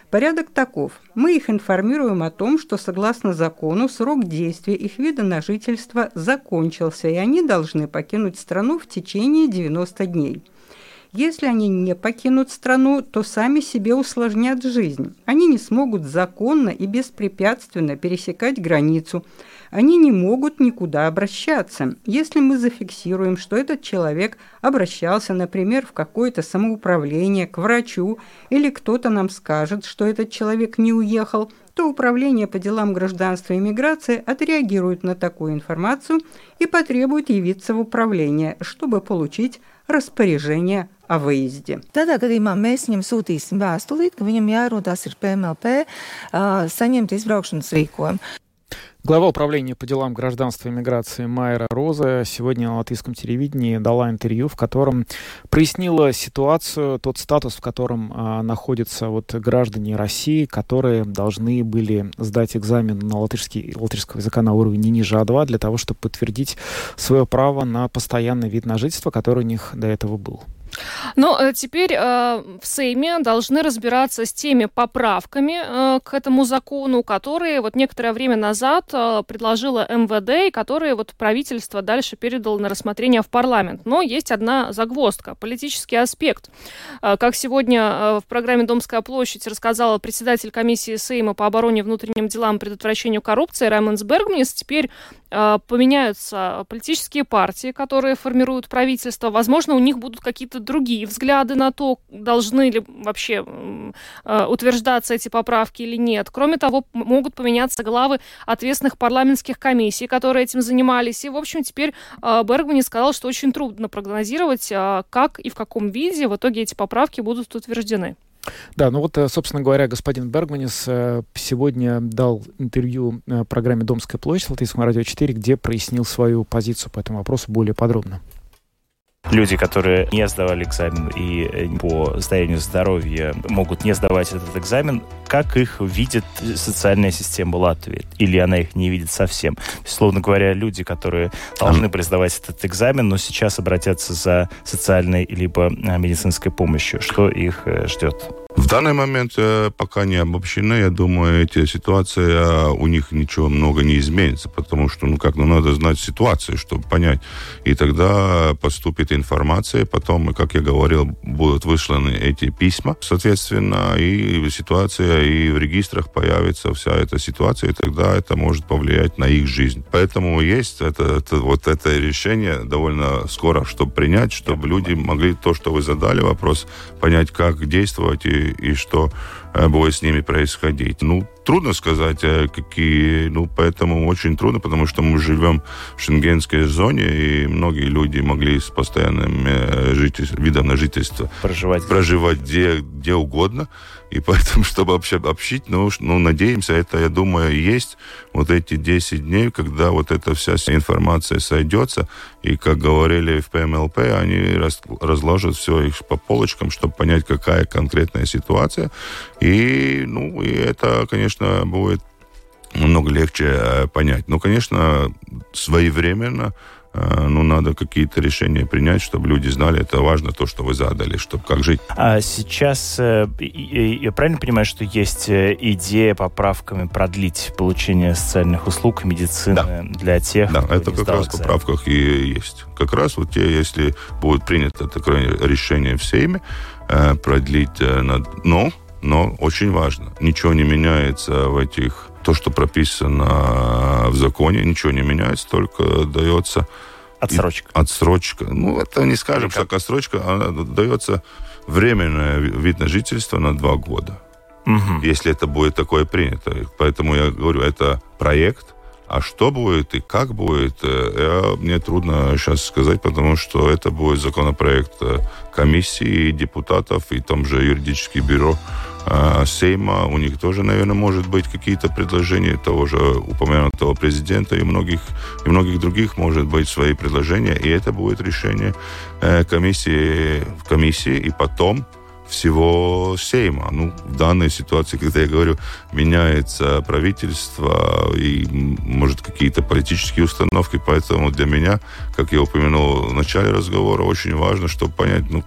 Порядок таков. Мы их информируем о том, что согласно закону срок действия их вида на жительство закончился, и они должны покинуть страну в течение девяноста дней. Если они не покинут страну, то сами себе усложнят жизнь. Они не смогут законно и беспрепятственно пересекать границу. Они не могут никуда обращаться. Если мы зафиксируем, что этот человек обращался, например, в какое-то самоуправление, к врачу, или кто-то нам скажет, что этот человек не уехал, то Управление по делам гражданства и миграции отреагирует на такую информацию и потребует явиться в управление, чтобы получить распоряжение о выезде. Tādā gadījumā mēs viņam sūtīsim vēstulīt, ka viņam jāierodās ir P M L P uh, saņemt izbraukšanas rīkojumu. Глава управления по делам гражданства и миграции Майра Роза сегодня на латвийском телевидении дала интервью, в котором прояснила ситуацию, тот статус, в котором а, находятся вот граждане России, которые должны были сдать экзамен на латышский, латышского языка на уровне ниже А два для того, чтобы подтвердить свое право на постоянный вид на жительство, который у них до этого был. Но теперь э, в Сейме должны разбираться с теми поправками э, к этому закону, которые вот некоторое время назад э, предложила эм вэ дэ, и которые вот правительство дальше передало на рассмотрение в парламент. Но есть одна загвоздка, политический аспект. Э, как сегодня э, в программе «Домская площадь» рассказала председатель комиссии Сейма по обороне, внутренним делам и предотвращению коррупции Раймондс Бергманис, теперь э, поменяются политические партии, которые формируют правительство. Возможно, у них будут какие-то другие взгляды на то, должны ли вообще э, утверждаться эти поправки или нет. Кроме того, могут поменяться главы ответственных парламентских комиссий, которые этим занимались. И, в общем, теперь э, Бергманис сказал, что очень трудно прогнозировать, э, как и в каком виде в итоге эти поправки будут утверждены. Да, ну вот, собственно говоря, господин Бергманис сегодня дал интервью программе «Домская площадь» Латвийскому радио четыре, где прояснил свою позицию по этому вопросу более подробно. Люди, которые не сдавали экзамен и по состоянию здоровья могут не сдавать этот экзамен, как их видит социальная система Латвии? Или она их не видит совсем? Словно говоря, люди, которые должны были сдавать этот экзамен, но сейчас обратятся за социальной либо медицинской помощью. Что их ждет? В данный момент пока не обобщены. Я думаю, эти ситуации, у них ничего много не изменится, потому что, ну как, ну надо знать ситуацию, чтобы понять. И тогда поступит информация, потом, как я говорил, будут высланы эти письма, соответственно, и ситуация, и в регистрах появится вся эта ситуация, и тогда это может повлиять на их жизнь. Поэтому есть это, это, вот это решение довольно скоро, чтобы принять, чтобы люди могли то, что вы задали вопрос, понять, как действовать и и что будет с ними происходить. Ну, трудно сказать, какие... Ну, поэтому очень трудно, потому что мы живем в шенгенской зоне, и многие люди могли с постоянным житель... видом на жительство проживать, проживать где, где угодно. И поэтому, чтобы общить, ну, ну, надеемся, это, я думаю, есть вот эти десять дней, когда вот эта вся информация сойдется, и, как говорили в P M L P, они раз, разложат все их по полочкам, чтобы понять, какая конкретная ситуация. И, ну, и это, конечно, будет намного легче понять. Но, конечно, своевременно ну, надо какие-то решения принять, чтобы люди знали, это важно, то, что вы задали, чтобы как жить. А сейчас, я правильно понимаю, что есть идея поправками продлить получение социальных услуг и медицины да. для тех, да, кто это не как раз в поправках и есть. Как раз вот те, если будет принято такое решение в Сейме, продлить, но, но очень важно, ничего не меняется в этих то, что прописано в законе, ничего не меняется, только дается... Отсрочка. И, отсрочка. Ну, это не скажем, что отсрочка, а дается временное вид на жительство на два года. Угу. Если это будет такое принято. Поэтому я говорю, это проект. А что будет и как будет, я, мне трудно сейчас сказать, потому что это будет законопроект комиссии, депутатов и там же юридическое бюро Сейма. У них тоже, наверное, может быть какие-то предложения того же упомянутого президента и многих, и многих других, может быть, свои предложения. И это будет решение комиссии, комиссии и потом всего Сейма. Ну, в данной ситуации, когда я говорю, меняется правительство и, может, какие-то политические установки, поэтому для меня, как я упомянул в начале разговора, очень важно, чтобы понять, ну,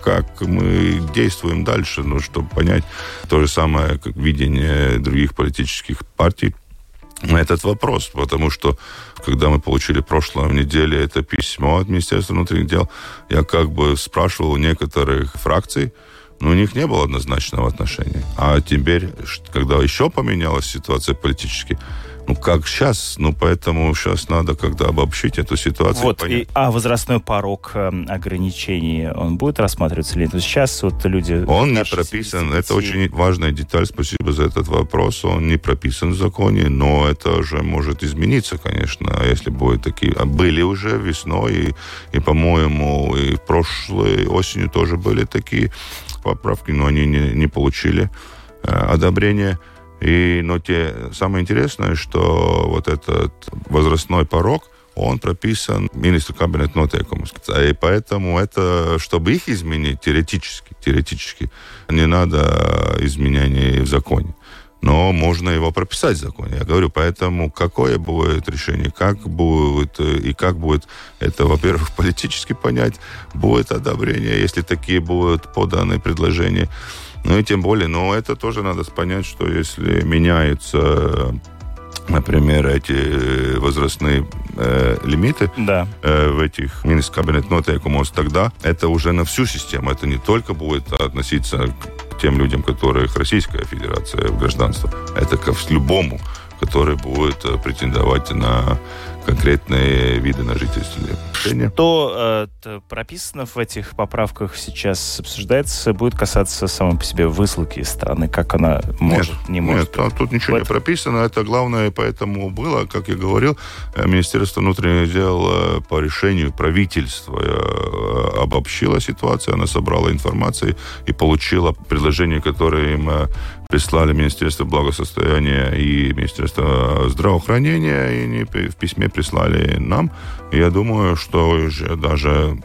как мы действуем дальше, ну, чтобы понять то же самое, как видение других политических партий на этот вопрос, потому что когда мы получили в прошлой неделе это письмо от Министерства внутренних дел, я как бы спрашивал у некоторых фракций, но у них не было однозначного отношения. А теперь, когда еще поменялась ситуация политически, ну, как сейчас, ну, поэтому сейчас надо, когда обобщить эту ситуацию. Вот, и, а возрастной порог э, ограничений, он будет рассматриваться или нет? Сейчас вот люди... Он не прописан, это очень важная деталь, спасибо за этот вопрос, он не прописан в законе, но это уже может измениться, конечно, если будут такие... Были уже весной, и, и по-моему, и прошлой осенью тоже были такие поправки, но они не, не получили э, одобрения. И, но те, самое интересное, что вот этот возрастной порог, он прописан министру кабинета нотейкумos. И поэтому это, чтобы их изменить теоретически, теоретически, не надо изменений в законе. Но можно его прописать в законе. Я говорю, поэтому какое будет решение, как будет, и как будет это, во-первых, политически понять, будет одобрение, если такие будут поданы предложения. Ну и тем более, но это тоже надо понять, что если меняются, например, эти возрастные э, лимиты да. э, в этих министрских кабинет нотейкумos, тогда это уже на всю систему. Это не только будет относиться к тем людям, которых Российская Федерация в гражданство, это к любому, который будет претендовать на конкретные виды на жительство. Что э, прописано в этих поправках сейчас обсуждается, будет касаться самой по себе высылки из страны, как она может, нет, не может. Нет, тут ничего не прописано, это главное, поэтому было, как я говорил, Министерство внутренних дел по решению правительства обобщило ситуацию, она собрала информацию и получила предложение, которое им прислали Министерство благосостояния и Министерство здравоохранения, и они в письме прислали нам. И я думаю, что уже даже,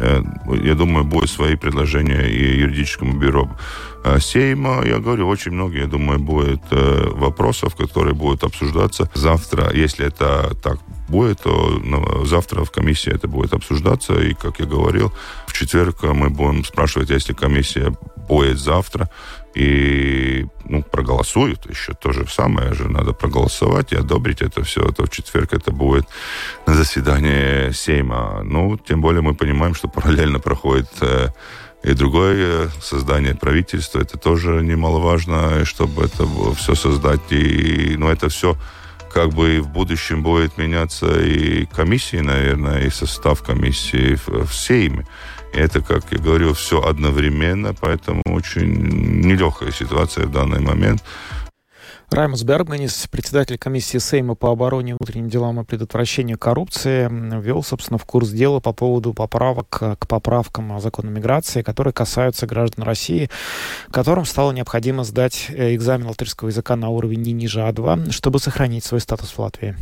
я думаю, будут свои предложения и юридическому бюро Сейма. Я говорю, очень много, я думаю, будет вопросов, которые будут обсуждаться завтра. Если это так будет, то ну, завтра в комиссии это будет обсуждаться. И, как я говорил, в четверг мы будем спрашивать, если комиссия будет завтра, и ну, проголосуют еще то же самое же, надо проголосовать и одобрить это все, то в четверг это будет на заседании Сейма. Ну, тем более мы понимаем, что параллельно проходит э, и другое создание правительства, это тоже немаловажно, чтобы это все создать, и ну, это все как бы в будущем будет меняться и комиссии, наверное, и состав комиссии в, в Сейме. И это, как я говорю, все одновременно, поэтому очень нелегкая ситуация в данный момент. Раймондс Бергманис, председатель комиссии Сейма по обороне, внутренним делам и предотвращению коррупции, ввел, собственно, в курс дела по поводу поправок к поправкам закона миграции, которые касаются граждан России, которым стало необходимо сдать экзамен латышского языка на уровень не ниже А два, чтобы сохранить свой статус в Латвии.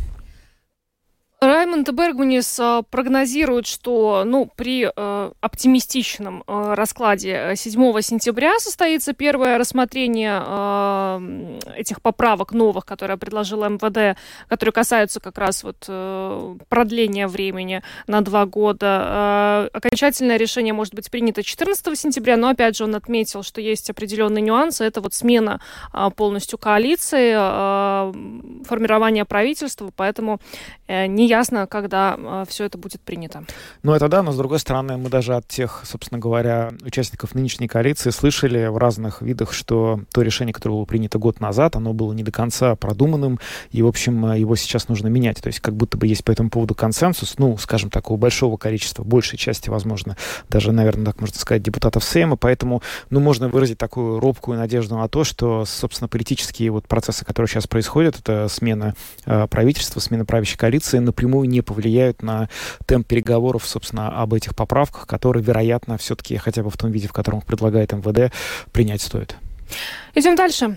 Раймонд Бергманис прогнозирует, что ну, при э, оптимистичном э, раскладе седьмого сентября состоится первое рассмотрение э, этих поправок новых, которые предложила эм вэ дэ, которые касаются как раз вот, э, продления времени на два года. Э, окончательное решение может быть принято четырнадцатого сентября, но опять же он отметил, что есть определенные нюансы. Это вот смена э, полностью коалиции, э, формирование правительства, поэтому э, не ясно, когда э, все это будет принято. Ну, это да, но, с другой стороны, мы даже от тех, собственно говоря, участников нынешней коалиции слышали в разных видах, что то решение, которое было принято год назад, оно было не до конца продуманным, и, в общем, его сейчас нужно менять. То есть, как будто бы есть по этому поводу консенсус, ну, скажем так, у большого количества, большей части, возможно, даже, наверное, так можно сказать, депутатов Сейма, поэтому, ну, можно выразить такую робкую надежду на то, что, собственно, политические вот процессы, которые сейчас происходят, это смена э, правительства, смена правящей коалиции, напрямую не повлияют на темп переговоров, собственно, об этих поправках, которые, вероятно, все-таки, хотя бы в том виде, в котором их предлагает эм вэ дэ, принять стоит. Идем дальше.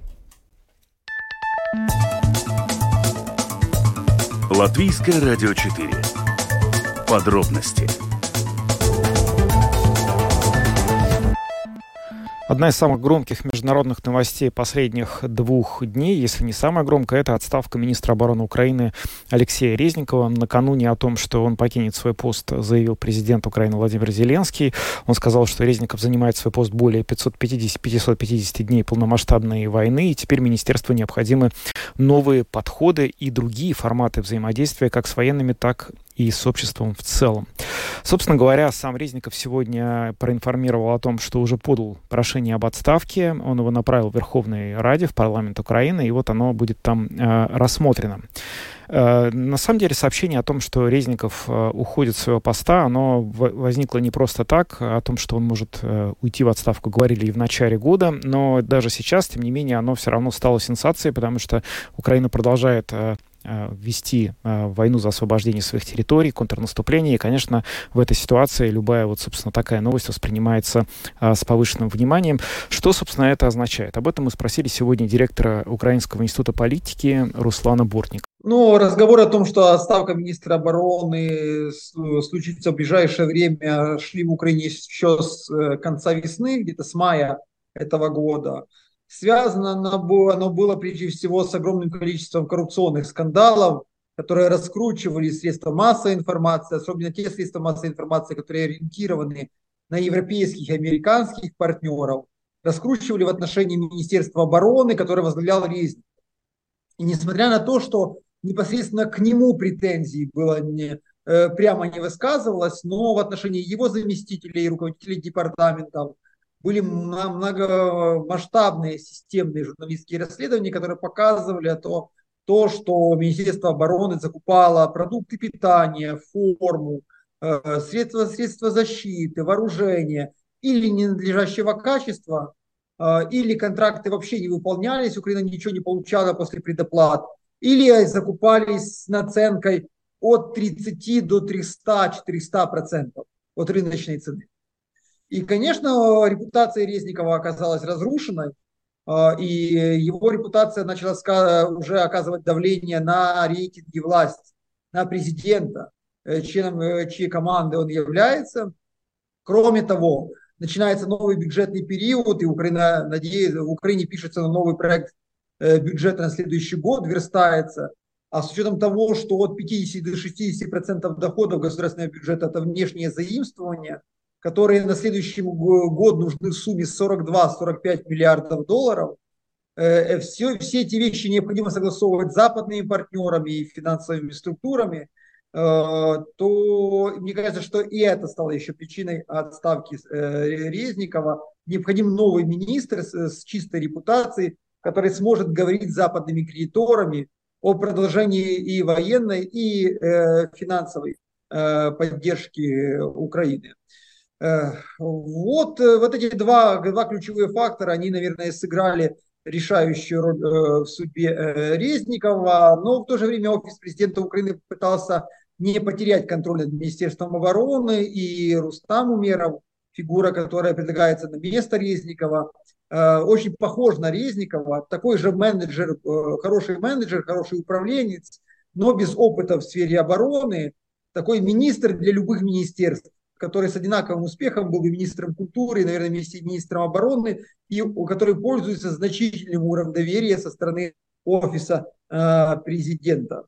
Латвийское радио четыре. Подробности. Одна из самых громких международных новостей последних двух дней, если не самая громкая, это отставка министра обороны Украины Алексея Резникова. Накануне о том, что он покинет свой пост, заявил президент Украины Владимир Зеленский. Он сказал, что Резников занимает свой пост более пятьсот пятьдесят дней полномасштабной войны, и теперь министерству необходимы новые подходы и другие форматы взаимодействия как с военными, так и с обществом в целом. Собственно говоря, сам Резников сегодня проинформировал о том, что уже подал прошение об отставке. Он его направил в Верховной Раде, в парламент Украины, и вот оно будет там э, рассмотрено. Э, на самом деле сообщение о том, что Резников э, уходит с своего поста, оно в- возникло не просто так. О том, что он может э, уйти в отставку, говорили и в начале года, но даже сейчас, тем не менее, оно все равно стало сенсацией, потому что Украина продолжает э, вести э, войну за освобождение своих территорий, контрнаступление. И, конечно, в этой ситуации любая вот, собственно, такая новость воспринимается э, с повышенным вниманием. Что, собственно, это означает? Об этом мы спросили сегодня директора Украинского института политики Руслана Бортника. Ну, разговоры о том, что отставка министра обороны случится в ближайшее время, шли в Украине еще с конца весны, где-то с мая этого года. Связано оно было, оно было прежде всего с огромным количеством коррупционных скандалов, которые раскручивали средства массовой информации, особенно те средства массовой информации, которые ориентированы на европейских и американских партнеров, раскручивали в отношении Министерства обороны, которое возглавлял Резников. И несмотря на то, что непосредственно к нему претензий было не, э, прямо не высказывалось, но в отношении его заместителей и руководителей департаментов были многомасштабные системные журналистские расследования, которые показывали то, то, что Министерство обороны закупало продукты питания, форму, э, средства, средства защиты, вооружение или ненадлежащего качества, э, или контракты вообще не выполнялись, Украина ничего не получала после предоплат, или закупались с наценкой от тридцати до трёхсот-четырёхсот процентов от рыночной цены. И, конечно, репутация Резникова оказалась разрушенной, и его репутация начала уже оказывать давление на рейтинги власти, на президента, членом чьей команды он является. Кроме того, начинается новый бюджетный период, и Украина, надеется, в Украине пишется новый проект бюджета на следующий год, верстается. А с учетом того, что от пятидесяти до шестидесяти процентов доходов государственного бюджета это внешние заимствования, которые на следующий год нужны в сумме сорок два - сорок пять миллиардов долларов. Все, все эти вещи необходимо согласовывать с западными партнерами и финансовыми структурами, то мне кажется, что и это стало еще причиной отставки Резникова. Необходим новый министр с чистой репутацией, который сможет говорить с западными кредиторами о продолжении и военной, и финансовой поддержки Украины. Вот, вот эти два, два ключевые фактора, они, наверное, сыграли решающую роль в судьбе Резникова, но в то же время офис президента Украины пытался не потерять контроль над Министерством обороны, и Рустам Умеров, фигура, которая предлагается на место Резникова, очень похож на Резникова, такой же менеджер, хороший менеджер, хороший управленец, но без опыта в сфере обороны, такой министр для любых министерств, который с одинаковым успехом был и министром культуры, и, наверное, вместе с министром обороны, и который пользуется значительным уровнем доверия со стороны офиса э, президента.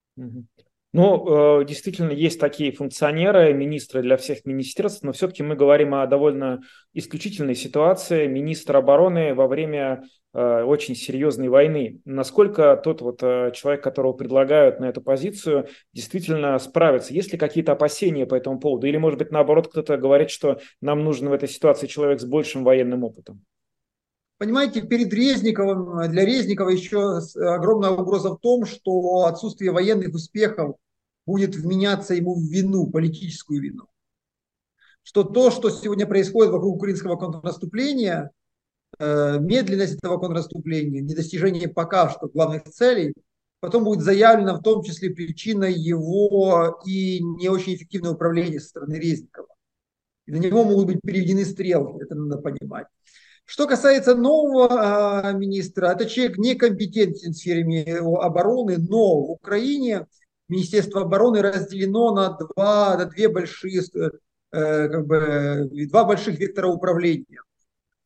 Ну, действительно, есть такие функционеры, министры для всех министерств, но все-таки мы говорим о довольно исключительной ситуации. Министр обороны во время э, очень серьезной войны. Насколько тот вот э, человек, которого предлагают на эту позицию, действительно справится? Есть ли какие-то опасения по этому поводу? Или, может быть, наоборот, кто-то говорит, что нам нужен в этой ситуации человек с большим военным опытом? Понимаете, перед Резниковым, для Резникова еще огромная угроза в том, что отсутствие военных успехов будет вменяться ему в вину, политическую вину. Что то, что сегодня происходит вокруг украинского контрнаступления, медленность этого контрнаступления, недостижение пока что главных целей, потом будет заявлено в том числе причиной его и не очень эффективного управления со стороны Резникова. И на него могут быть переведены стрелки, это надо понимать. Что касается нового э, министра, это человек некомпетентен в сфере обороны, но в Украине Министерство обороны разделено на два, на две большие, э, как бы, два больших вектора управления.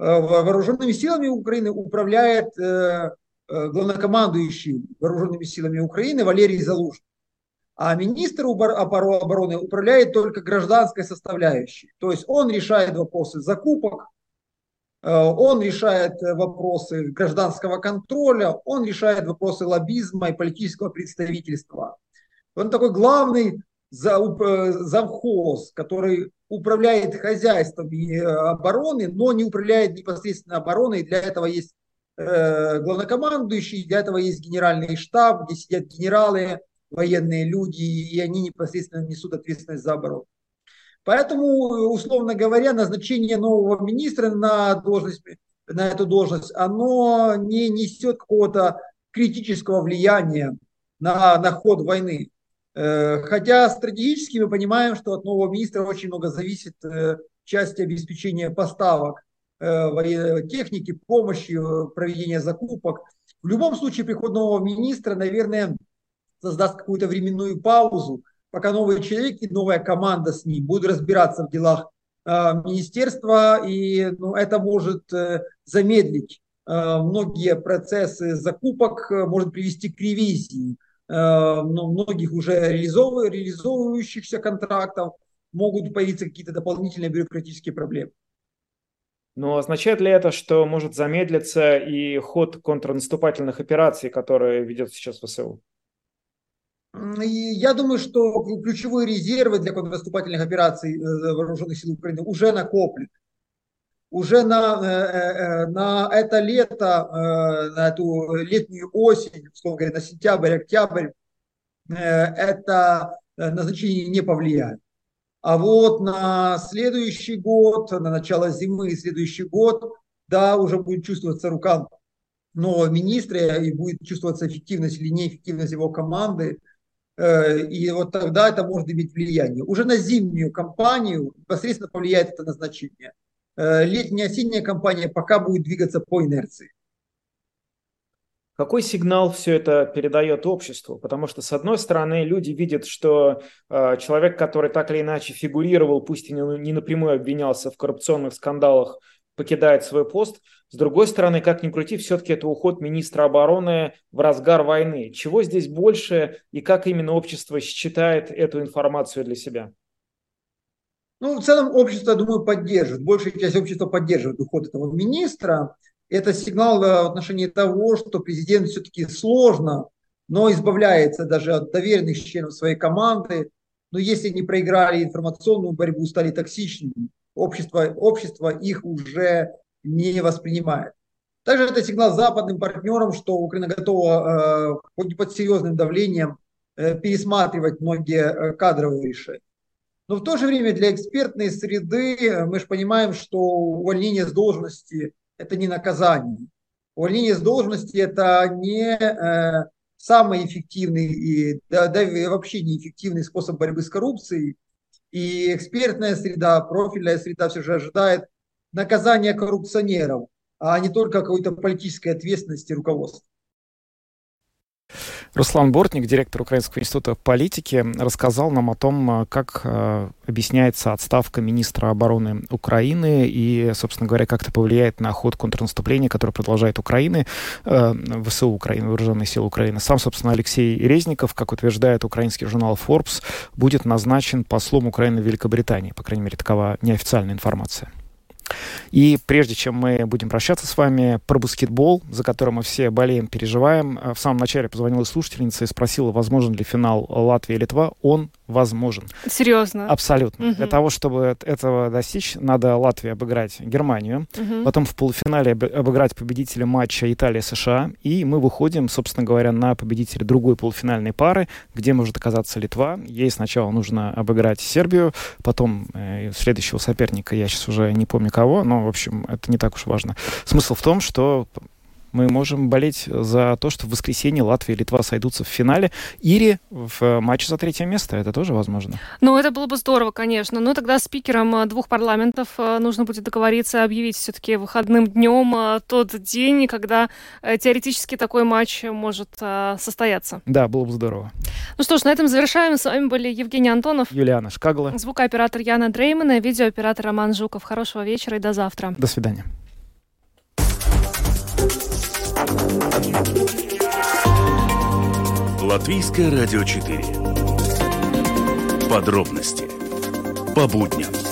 Вооруженными силами Украины управляет главнокомандующий вооруженными силами Украины Валерий Залужный. А министр обороны управляет только гражданской составляющей. То есть он решает вопросы закупок, он решает вопросы гражданского контроля, он решает вопросы лоббизма и политического представительства. Он такой главный завхоз, который управляет хозяйством обороны, но не управляет непосредственно обороной. Для этого есть главнокомандующий, для этого есть генеральный штаб, где сидят генералы, военные люди, и они непосредственно несут ответственность за оборону. Поэтому, условно говоря, назначение нового министра на, должность, на эту должность, оно не несет какого-то критического влияния на, на ход войны. Хотя стратегически мы понимаем, что от нового министра очень много зависит в части обеспечения поставок военной техники, помощи, проведения закупок. В любом случае приход нового министра, наверное, создаст какую-то временную паузу, пока новый человек и новая команда с ним будут разбираться в делах э, министерства, и ну, это может э, замедлить э, многие процессы закупок, э, может привести к ревизии э, но многих уже реализов... реализовывающихся контрактов, могут появиться какие-то дополнительные бюрократические проблемы. Но означает ли это, что может замедлиться и ход контрнаступательных операций, которые ведет сейчас ВСУ? Я думаю, что ключевые резервы для контрнаступательных операций вооруженных сил Украины уже накоплены. Уже на, на это лето, на эту летнюю осень, условно говоря, на сентябрь, октябрь, это назначение не повлияет. А вот на следующий год, на начало зимы, следующий год, да, уже будет чувствоваться рука нового министра и будет чувствоваться эффективность или неэффективность его команды. И вот тогда это может иметь влияние. Уже на зимнюю кампанию непосредственно повлияет это назначение. Летняя, осенняя кампания пока будет двигаться по инерции. Какой сигнал все это передает обществу? Потому что, с одной стороны, люди видят, что э, человек, который так или иначе фигурировал, пусть и не, не напрямую обвинялся в коррупционных скандалах, покидает свой пост. С другой стороны, как ни крути, все-таки это уход министра обороны в разгар войны. Чего здесь больше и как именно общество считает эту информацию для себя? Ну, в целом общество, я думаю, поддерживает. Большая часть общества поддерживает уход этого министра. Это сигнал в отношении того, что президент все-таки сложно, но избавляется даже от доверенных членов своей команды. Но если они проиграли информационную борьбу, стали токсичными, общество, общество их уже не воспринимает. Также это сигнал западным партнерам, что Украина готова э, под серьезным давлением э, пересматривать многие кадровые решения. Но в то же время для экспертной среды мы же понимаем, что увольнение с должности – это не наказание. Увольнение с должности – это не э, самый эффективный и да, да, вообще неэффективный способ борьбы с коррупцией. И экспертная среда, профильная среда все же ожидает наказания коррупционеров, а не только какой-то политической ответственности руководства. Руслан Бортник, директор Украинского института политики, рассказал нам о том, как э, объясняется отставка министра обороны Украины и, собственно говоря, как это повлияет на ход контрнаступления, которое продолжает Украины, э, ВСУ Украины, Вооруженные силы Украины. Сам, собственно, Алексей Резников, как утверждает украинский журнал Forbes, будет назначен послом Украины в Великобритании. По крайней мере, такова неофициальная информация. И прежде чем мы будем прощаться с вами, про баскетбол, за которым мы все болеем, переживаем. В самом начале позвонила слушательница и спросила, возможен ли финал Латвия-Литва. Он возможен. Серьезно? Абсолютно. Угу. Для того, чтобы этого достичь, надо Латвии обыграть Германию, угу. потом в полуфинале обыграть победителя матча Италия-США, и мы выходим, собственно говоря, на победителя другой полуфинальной пары, где может оказаться Литва. Ей сначала нужно обыграть Сербию, потом э, следующего соперника, я сейчас уже не помню кого, но, в общем, это не так уж важно. Смысл в том, что мы можем болеть за то, что в воскресенье Латвия и Литва сойдутся в финале или в матче за третье место. Это тоже возможно. Ну, это было бы здорово, конечно. Но тогда спикерам двух парламентов нужно будет договориться, объявить все-таки выходным днем тот день, когда теоретически такой матч может состояться. Да, было бы здорово. Ну что ж, на этом завершаем. С вами были Евгений Антонов, Юлиана Шкагла, звукооператор Яна Дреймана, видеооператор Роман Жуков. Хорошего вечера и до завтра. До свидания. Латвийское радио четыре. Подробности по будням.